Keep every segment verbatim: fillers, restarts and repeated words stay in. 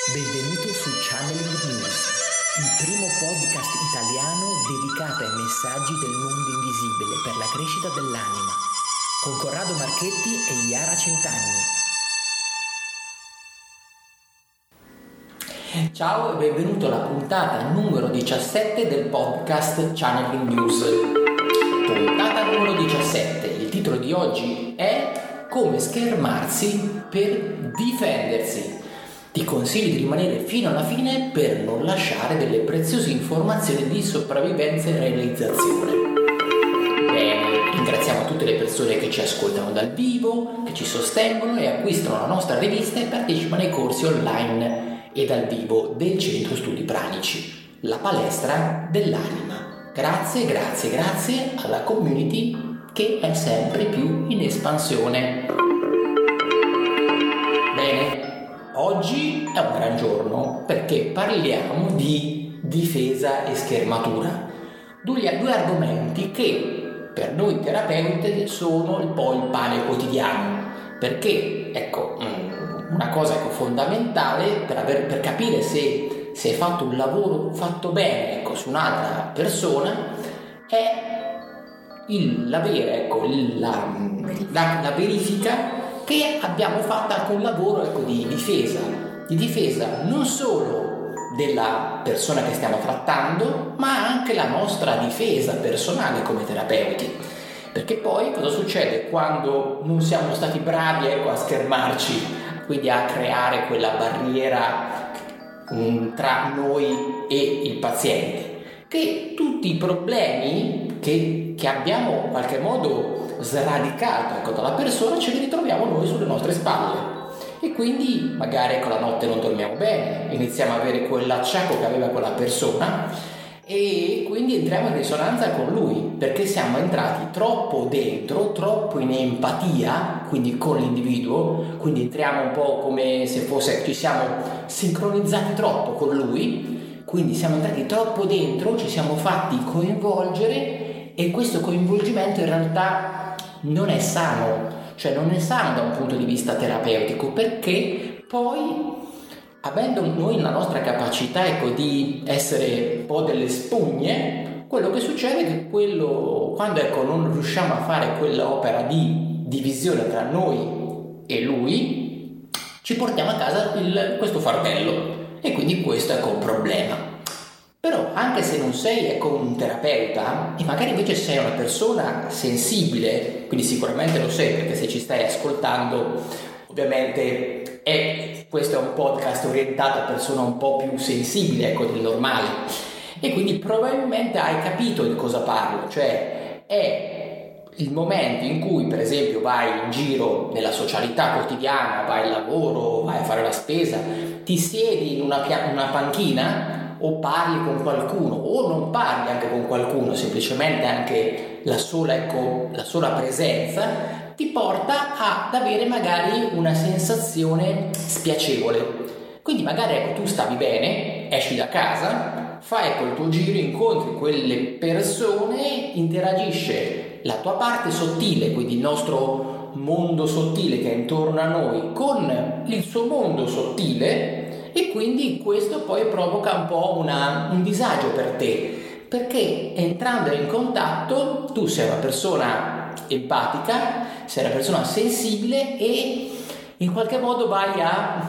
Benvenuto su Channeling News, il primo podcast italiano dedicato ai messaggi del mondo invisibile per la crescita dell'anima, con Corrado Marchetti e Iara Centanni. Ciao e benvenuto alla puntata numero diciassette del podcast Channeling News. Puntata numero diciassette. Il titolo di oggi è Come schermarsi per difendersi. Ti consiglio di rimanere fino alla fine per non lasciare delle preziose informazioni di sopravvivenza e realizzazione. Bene, ringraziamo tutte le persone che ci ascoltano dal vivo, che ci sostengono e acquistano la nostra rivista e partecipano ai corsi online e dal vivo del Centro Studi Pranici, la palestra dell'anima. Grazie, grazie, grazie alla community che è sempre più in espansione. Bene. Oggi è un gran giorno perché parliamo di difesa e schermatura, due, due argomenti che per noi terapeuti sono un po' il pane quotidiano, perché ecco una cosa ecco, fondamentale per, aver, per capire se, se hai fatto un lavoro fatto bene ecco, su un'altra persona è il, l'avere ecco, il, la, la, la verifica che abbiamo fatto anche un lavoro ecco, di difesa, di difesa non solo della persona che stiamo trattando, ma anche la nostra difesa personale come terapeuti. Perché poi cosa succede quando non siamo stati bravi ecco, a schermarci, quindi a creare quella barriera um, tra noi e il paziente? Che tutti i problemi che, che abbiamo in qualche modo sradicato ecco, dalla persona ce li ritroviamo noi sulle nostre spalle e quindi magari ecco, la notte non dormiamo bene, iniziamo a avere quell'acciacco che aveva quella persona e quindi entriamo in risonanza con lui perché siamo entrati troppo dentro, troppo in empatia, quindi con l'individuo, quindi entriamo un po' come se fosse, ci siamo sincronizzati troppo con lui, quindi siamo entrati troppo dentro, ci siamo fatti coinvolgere e questo coinvolgimento in realtà non è sano, cioè non è sano da un punto di vista terapeutico, perché poi avendo noi la nostra capacità ecco, di essere un po' delle spugne, quello che succede è che quello, quando ecco, non riusciamo a fare quell'opera di divisione tra noi e lui, ci portiamo a casa il, questo fardello e quindi questo è un problema. Però anche se non sei ecco, un terapeuta e magari invece sei una persona sensibile, quindi sicuramente lo sei perché se ci stai ascoltando ovviamente è, questo è un podcast orientato a persone un po' più sensibili ecco, del normale e quindi probabilmente hai capito di cosa parlo, cioè è il momento in cui per esempio vai in giro nella socialità quotidiana, vai al lavoro, vai a fare la spesa, ti siedi in una, pia- una panchina o parli con qualcuno o non parli anche con qualcuno, semplicemente anche la sola, ecco, la sola presenza ti porta ad avere magari una sensazione spiacevole. Quindi magari ecco, tu stavi bene, esci da casa, fai ecco, il tuo giro, incontri quelle persone, interagisce la tua parte sottile, quindi il nostro mondo sottile che è intorno a noi con il suo mondo sottile e quindi questo poi provoca un po' una, un disagio per te perché entrando in contatto tu sei una persona empatica, sei una persona sensibile e in qualche modo vai a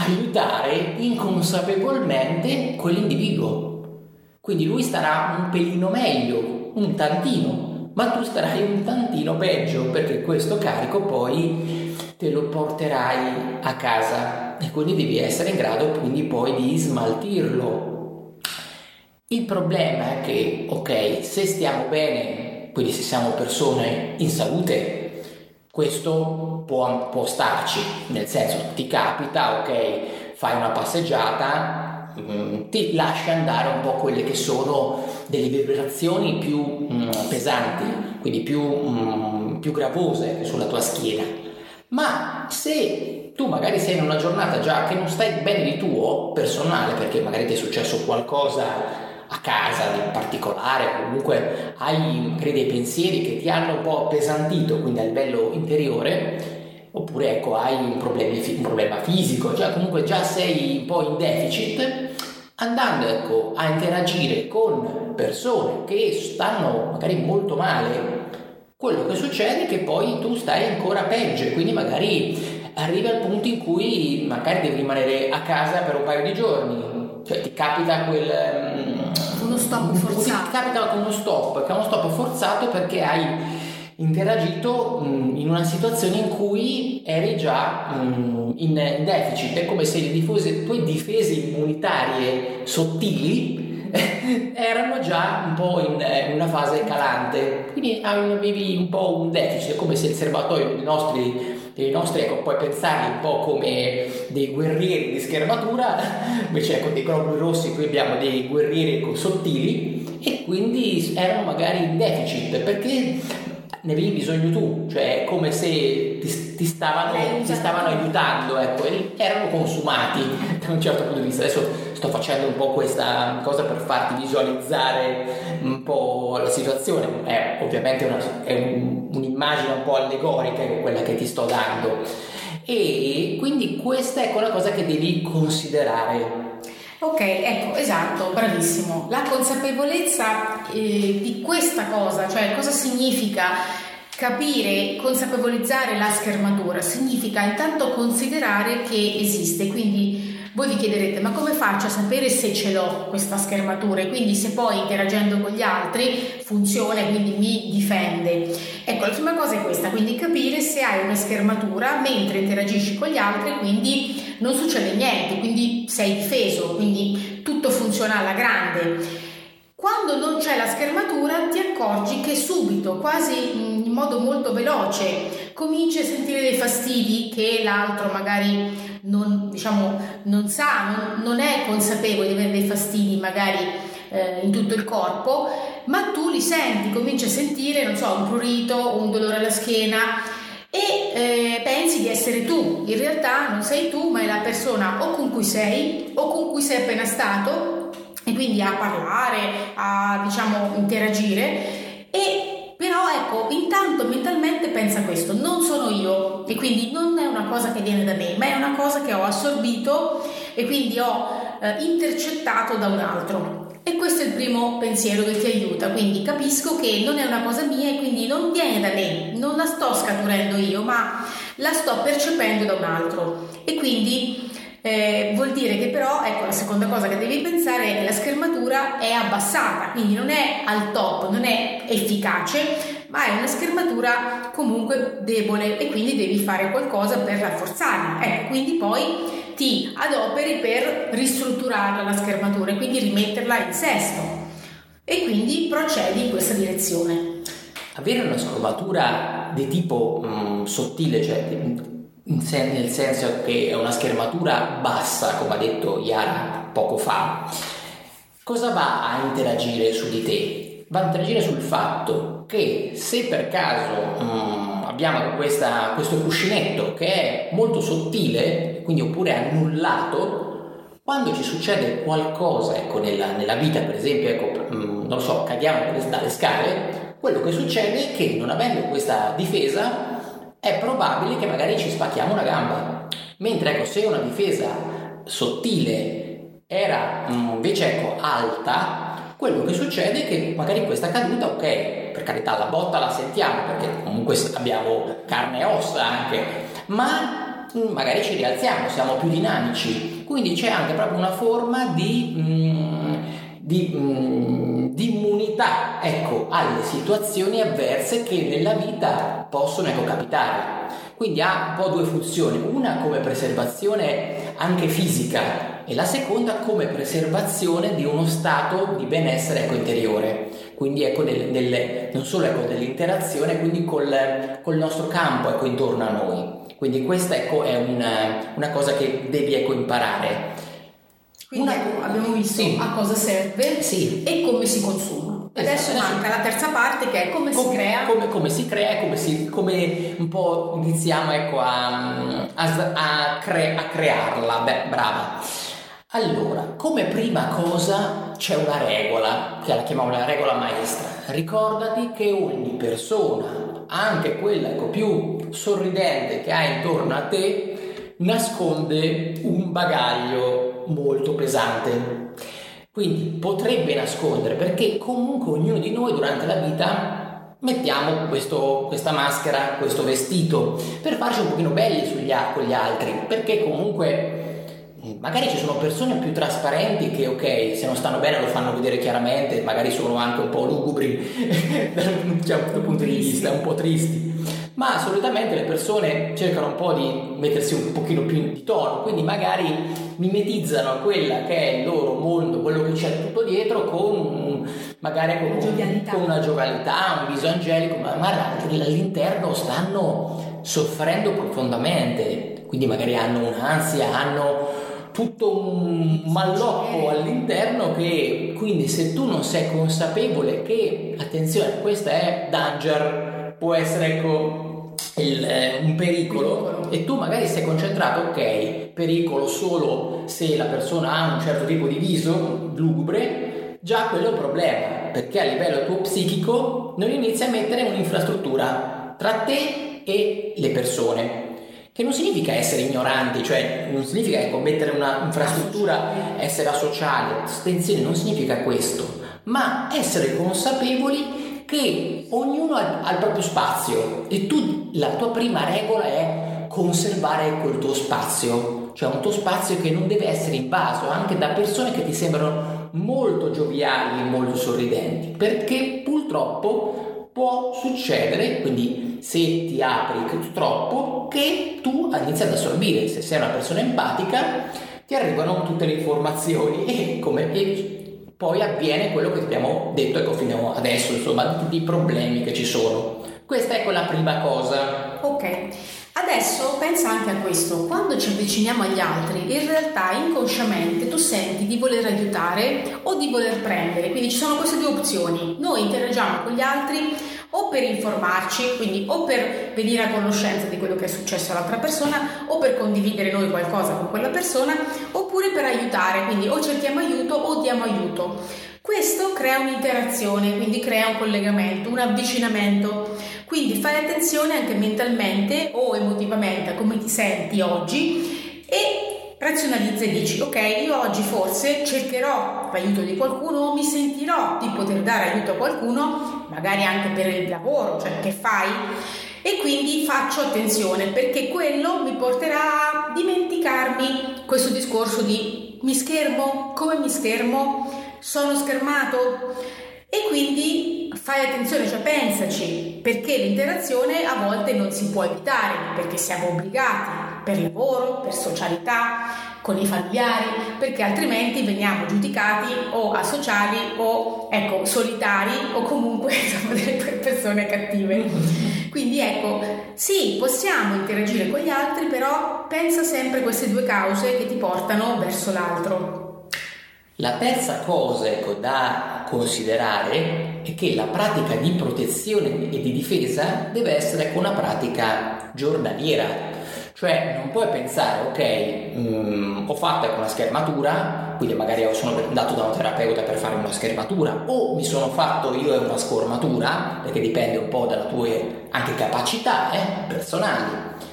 aiutare inconsapevolmente quell'individuo, quindi lui starà un pelino meglio, un tantino, ma tu starai un tantino peggio perché questo carico poi te lo porterai a casa e quindi devi essere in grado quindi poi di smaltirlo. Il problema è che ok, se stiamo bene, quindi se siamo persone in salute, questo può, può starci, nel senso ti capita, ok, fai una passeggiata, mh, ti lasci andare un po' quelle che sono delle vibrazioni più mh, pesanti, quindi più, mh, più gravose sulla tua schiena. Ma se tu magari sei in una giornata già che non stai bene di tuo personale, perché magari ti è successo qualcosa a casa in particolare, comunque hai credi, dei pensieri che ti hanno un po' appesantito, quindi a livello interiore, oppure ecco hai un, problemi, un problema fisico, cioè comunque già sei un po' in deficit, andando ecco a interagire con persone che stanno magari molto male, quello che succede è che poi tu stai ancora peggio e quindi magari arrivi al punto in cui magari devi rimanere a casa per un paio di giorni, cioè ti capita quel uno stop forzato, ti capita uno stop, che è uno stop forzato perché hai interagito mh, in una situazione in cui eri già mh, in deficit. È come se le difese, tue difese immunitarie sottili erano già un po' in, in una fase calante, quindi avevi un po' un deficit. È come se il serbatoio dei nostri dei nostri, ecco, puoi pensarli un po' come dei guerrieri di schermatura, invece ecco dei globuli rossi qui abbiamo dei guerrieri sottili, e quindi erano magari in deficit perché ne avevi bisogno tu, cioè è come se ti, ti, stavano, ti stavano aiutando, ecco, e erano consumati da un certo punto di vista. Adesso sto facendo un po' questa cosa per farti visualizzare un po' la situazione, è ovviamente una, è un, un'immagine un po' allegorica quella che ti sto dando, e quindi questa è quella cosa che devi considerare. Ok, ecco, esatto, bravissimo. La consapevolezza eh, di questa cosa, cioè cosa significa capire, consapevolizzare la schermatura, significa intanto considerare che esiste. Quindi voi vi chiederete, ma come faccio a sapere se ce l'ho questa schermatura e quindi se poi interagendo con gli altri funziona e quindi mi difende? Ecco, la prima cosa è questa, quindi capire se hai una schermatura mentre interagisci con gli altri, quindi non succede niente, quindi sei difeso, quindi tutto funziona alla grande. Quando non c'è la schermatura ti accorgi che subito, quasi in modo molto veloce, cominci a sentire dei fastidi che l'altro magari non, diciamo, non sa, non, non è consapevole di avere dei fastidi magari eh, in tutto il corpo, ma tu li senti, cominci a sentire, non so, un prurito o un dolore alla schiena e eh, pensi di essere tu. In realtà non sei tu, ma è la persona o con cui sei o con cui sei appena stato, e quindi a parlare, a diciamo interagire. E però ecco, intanto mentalmente pensa questo: non sono io, e quindi non è una cosa che viene da me, ma è una cosa che ho assorbito e quindi ho eh, intercettato da un altro. E questo è il primo pensiero che ti aiuta, quindi capisco che non è una cosa mia e quindi non viene da me, non la sto scaturendo io, ma la sto percependo da un altro. E quindi Eh, vuol dire che però, ecco, la seconda cosa che devi pensare è che la schermatura è abbassata, quindi non è al top, non è efficace, ma è una schermatura comunque debole e quindi devi fare qualcosa per rafforzarla. Ecco, quindi poi ti adoperi per ristrutturarla la schermatura e quindi rimetterla in sesto, e quindi procedi in questa direzione. Avere una schermatura di tipo mh, sottile, cioè sen- nel senso che è una schermatura bassa, come ha detto Iara poco fa, cosa va a interagire su di te? Va a interagire sul fatto che se per caso mh, abbiamo questa, questo cuscinetto che è molto sottile, quindi oppure annullato, quando ci succede qualcosa, ecco, nella, nella vita, per esempio, ecco, mh, non lo so, cadiamo dalle scale, quello che succede è che non avendo questa difesa è probabile che magari ci spacchiamo una gamba, mentre ecco, se una difesa sottile era invece ecco alta, quello che succede è che magari questa caduta, ok, per carità la botta la sentiamo perché comunque abbiamo carne e ossa anche, ma magari ci rialziamo, siamo più dinamici, quindi c'è anche proprio una forma di, mm, di, mm, di immunità, ecco, alle situazioni avverse che nella vita possono ecco capitare. Quindi ha un po' due funzioni, una come preservazione anche fisica e la seconda come preservazione di uno stato di benessere ecco interiore, quindi ecco del, del, non solo ecco dell'interazione, quindi col, col nostro campo ecco intorno a noi. Quindi questa ecco è una, una cosa che devi ecco imparare. Quindi una, abbiamo visto sì. a cosa serve sì. e come si consuma. Adesso, adesso manca la terza parte che è come, come si crea. Come, come si crea, come, si, come un po' iniziamo ecco a, a, a, cre, a crearla. Beh, brava. Allora, come prima cosa c'è una regola, che la chiamiamo la regola maestra. Ricordati che ogni persona anche quella ecco, più sorridente che hai intorno a te nasconde un bagaglio molto pesante. Quindi potrebbe nascondere, perché comunque ognuno di noi durante la vita mettiamo questo, questa maschera, questo vestito per farci un pochino belli sugli, con gli altri, perché comunque magari ci sono persone più trasparenti che ok, se non stanno bene lo fanno vedere chiaramente, magari sono anche un po' lugubri da un certo punto di vista, un po' tristi, ma solitamente le persone cercano un po' di mettersi un pochino più di tono, quindi magari mimetizzano quella che è il loro mondo, quello che c'è tutto dietro, con magari con, giovialità. con una giovialità, un viso angelico, ma, ma all'interno stanno soffrendo profondamente, quindi magari hanno un'ansia, hanno tutto un malloppo all'interno, che quindi se tu non sei consapevole che, attenzione, questa è danger, può essere ecco il, eh, un pericolo, pericolo e tu magari sei concentrato, ok, pericolo solo se la persona ha un certo tipo di viso lugubre, già quello è un problema, perché a livello tuo psichico non inizi a mettere un'infrastruttura tra te e le persone. Che non significa essere ignoranti, cioè non significa ecco, mettere una infrastruttura, essere asociali, attenzione, non significa questo, ma essere consapevoli che ognuno ha, ha il proprio spazio e tu, la tua prima regola è conservare quel tuo spazio, cioè un tuo spazio che non deve essere invaso anche da persone che ti sembrano molto gioviali e molto sorridenti, perché purtroppo può succedere, quindi se ti apri troppo, che tu inizi ad assorbire. Se sei una persona empatica ti arrivano tutte le informazioni e, come, e poi avviene quello che ti abbiamo detto ecco, fino adesso, insomma, tutti i problemi che ci sono. Questa è la prima cosa. Ok, adesso pensa anche a questo: quando ci avviciniamo agli altri, in realtà inconsciamente tu senti di voler aiutare o di voler prendere, quindi ci sono queste due opzioni. Noi interagiamo con gli altri o per informarci, quindi o per venire a conoscenza di quello che è successo all'altra persona, o per condividere noi qualcosa con quella persona, oppure per aiutare, quindi o cerchiamo aiuto o diamo aiuto. Questo crea un'interazione, quindi crea un collegamento, un avvicinamento. Quindi fai attenzione anche mentalmente o emotivamente a come ti senti oggi e razionalizza e dici: ok, io oggi forse cercherò l'aiuto di qualcuno o mi sentirò di poter dare aiuto a qualcuno, magari anche per il lavoro, cioè che fai, e quindi faccio attenzione, perché quello mi porterà a dimenticarmi questo discorso di mi schermo, come mi schermo, sono schermato, e quindi fai attenzione, cioè pensaci, perché l'interazione a volte non si può evitare, perché siamo obbligati per lavoro, per socialità, con i familiari, perché altrimenti veniamo giudicati o asociali o ecco solitari o comunque insomma delle persone cattive. Quindi ecco, sì, possiamo interagire con gli altri, però pensa sempre a queste due cause che ti portano verso l'altro. La terza cosa ecco, da considerare è che la pratica di protezione e di difesa deve essere ecco, una pratica giornaliera. Cioè non puoi pensare, ok, mh, ho fatto ecco, una schermatura, quindi magari sono andato da un terapeuta per fare una schermatura, o mi sono fatto io una scormatura, perché dipende un po' dalle tue anche capacità eh, personali,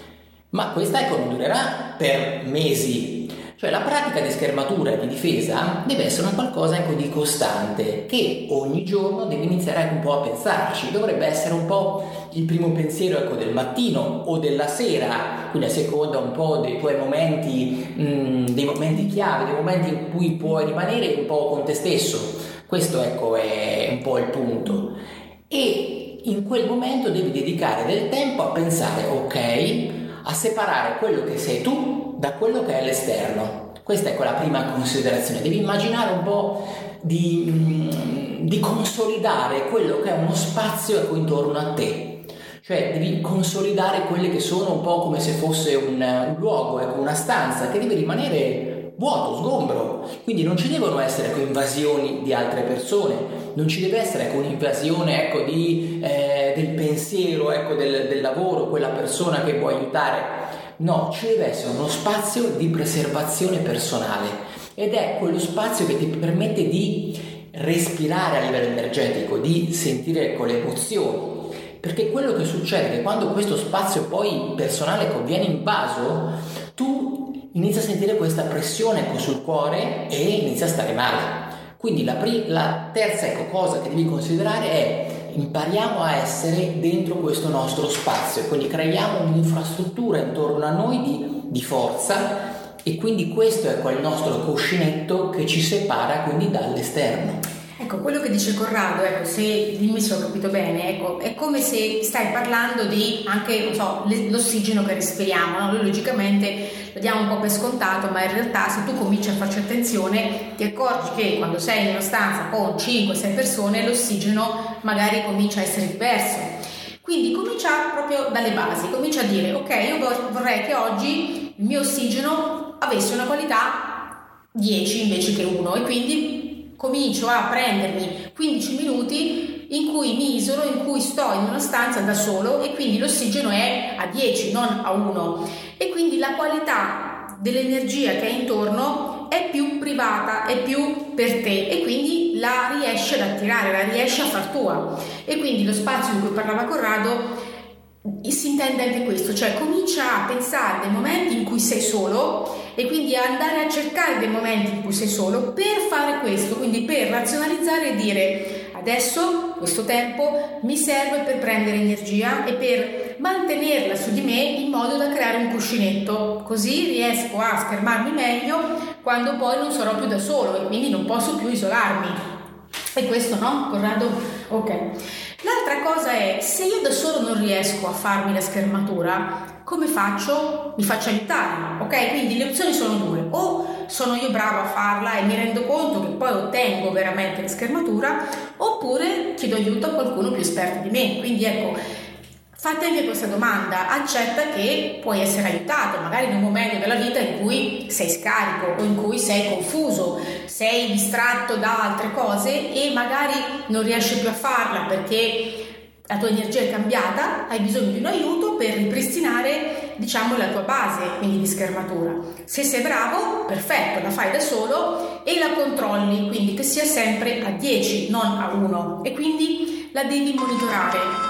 ma questa ecco non durerà per mesi. Cioè la pratica di schermatura e di difesa deve essere un qualcosa ecco, di costante, che ogni giorno devi iniziare un po' a pensarci. Dovrebbe essere un po' il primo pensiero ecco, del mattino o della sera, quindi a seconda un po' dei tuoi momenti, mh, dei momenti chiave, dei momenti in cui puoi rimanere un po' con te stesso. Questo ecco è un po' il punto. E in quel momento devi dedicare del tempo a pensare, ok, a separare quello che sei tu da quello che è l'esterno. Questa è quella prima considerazione. Devi immaginare un po' di, di consolidare quello che è uno spazio ecco, intorno a te. Cioè devi consolidare quelle che sono un po' come se fosse un, un luogo, ecco, una stanza che deve rimanere vuoto, sgombro. Quindi non ci devono essere ecco, invasioni di altre persone, non ci deve essere ecco, un'invasione ecco, di, eh, del pensiero, ecco, del, del lavoro, quella persona che vuoi aiutare. No, ci deve essere uno spazio di preservazione personale ed è quello spazio che ti permette di respirare a livello energetico, di sentire ecco, le emozioni Perché quello che succede è che quando questo spazio poi personale viene invaso, tu inizi a sentire questa pressione sul cuore e inizi a stare male. Quindi la, pri- la terza ecco, cosa che devi considerare è: impariamo a essere dentro questo nostro spazio, quindi creiamo un'infrastruttura intorno a noi di, di forza, e quindi questo è quel nostro cuscinetto che ci separa quindi dall'esterno. Ecco, quello che dice Corrado, ecco, se dimmi se ho capito bene, ecco, è come se stai parlando di anche, non so, l'ossigeno che respiriamo, no? Noi logicamente lo diamo un po' per scontato, ma in realtà se tu cominci a farci attenzione ti accorgi che quando sei in una stanza con cinque sei persone l'ossigeno magari comincia a essere diverso. Quindi comincia proprio dalle basi, comincia a dire: ok, io vorrei che oggi il mio ossigeno avesse una qualità dieci invece che uno, e quindi comincio a prendermi quindici minuti in cui mi isolo, in cui sto in una stanza da solo, e quindi l'ossigeno è a dieci, non a uno, e quindi la qualità dell'energia che è intorno è più privata, è più per te, e quindi la riesci ad attirare, la riesci a far tua. E quindi lo spazio di cui parlava Corrado si intende anche questo, cioè comincia a pensare dei momenti in cui sei solo e quindi a andare a cercare dei momenti in cui sei solo per fare questo, quindi per razionalizzare e dire: adesso questo tempo mi serve per prendere energia e per mantenerla su di me in modo da creare un cuscinetto, così riesco a schermarmi meglio quando poi non sarò più da solo e quindi non posso più isolarmi. E questo, no, Corrado? Ok. L'altra cosa è: se io da solo non riesco a farmi la schermatura, come faccio? Mi faccio aiutare, ok? Quindi le opzioni sono due: o sono io brava a farla e mi rendo conto che poi ottengo veramente la schermatura, oppure chiedo aiuto a qualcuno più esperto di me. Quindi ecco, fate anche questa domanda, accetta che puoi essere aiutato magari in un momento della vita in cui sei scarico o in cui sei confuso, sei distratto da altre cose e magari non riesci più a farla perché la tua energia è cambiata, hai bisogno di un aiuto per ripristinare, diciamo, la tua base, quindi di schermatura. Se sei bravo, perfetto, la fai da solo e la controlli, quindi che sia sempre a dieci, non a uno, e quindi la devi monitorare.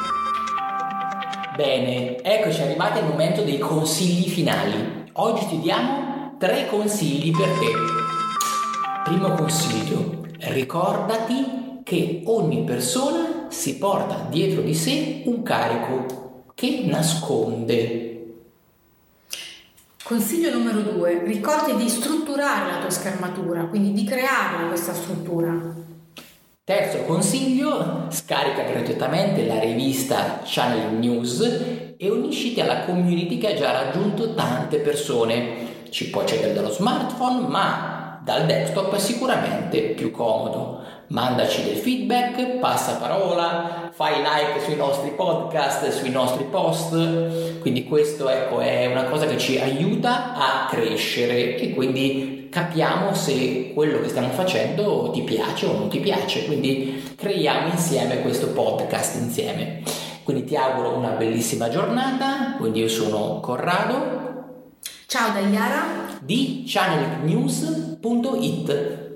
Bene, eccoci arrivati al momento dei consigli finali. Oggi ti diamo tre consigli per te. Primo consiglio: ricordati che ogni persona si porta dietro di sé un carico che nasconde. Consiglio numero due: ricordati di strutturare la tua schermatura, quindi di creare questa struttura. Terzo consiglio: scarica gratuitamente la rivista Channeling News e unisciti alla community che ha già raggiunto tante persone. Ci puoi accedere dallo smartphone, ma dal desktop è sicuramente più comodo. Mandaci del feedback, passa parola, fai like sui nostri podcast, sui nostri post. Quindi questo, ecco, è una cosa che ci aiuta a crescere e quindi capiamo se quello che stiamo facendo ti piace o non ti piace, quindi creiamo insieme questo podcast insieme. Quindi ti auguro una bellissima giornata. Quindi io sono Corrado. Ciao da Iara di channeling news punto it.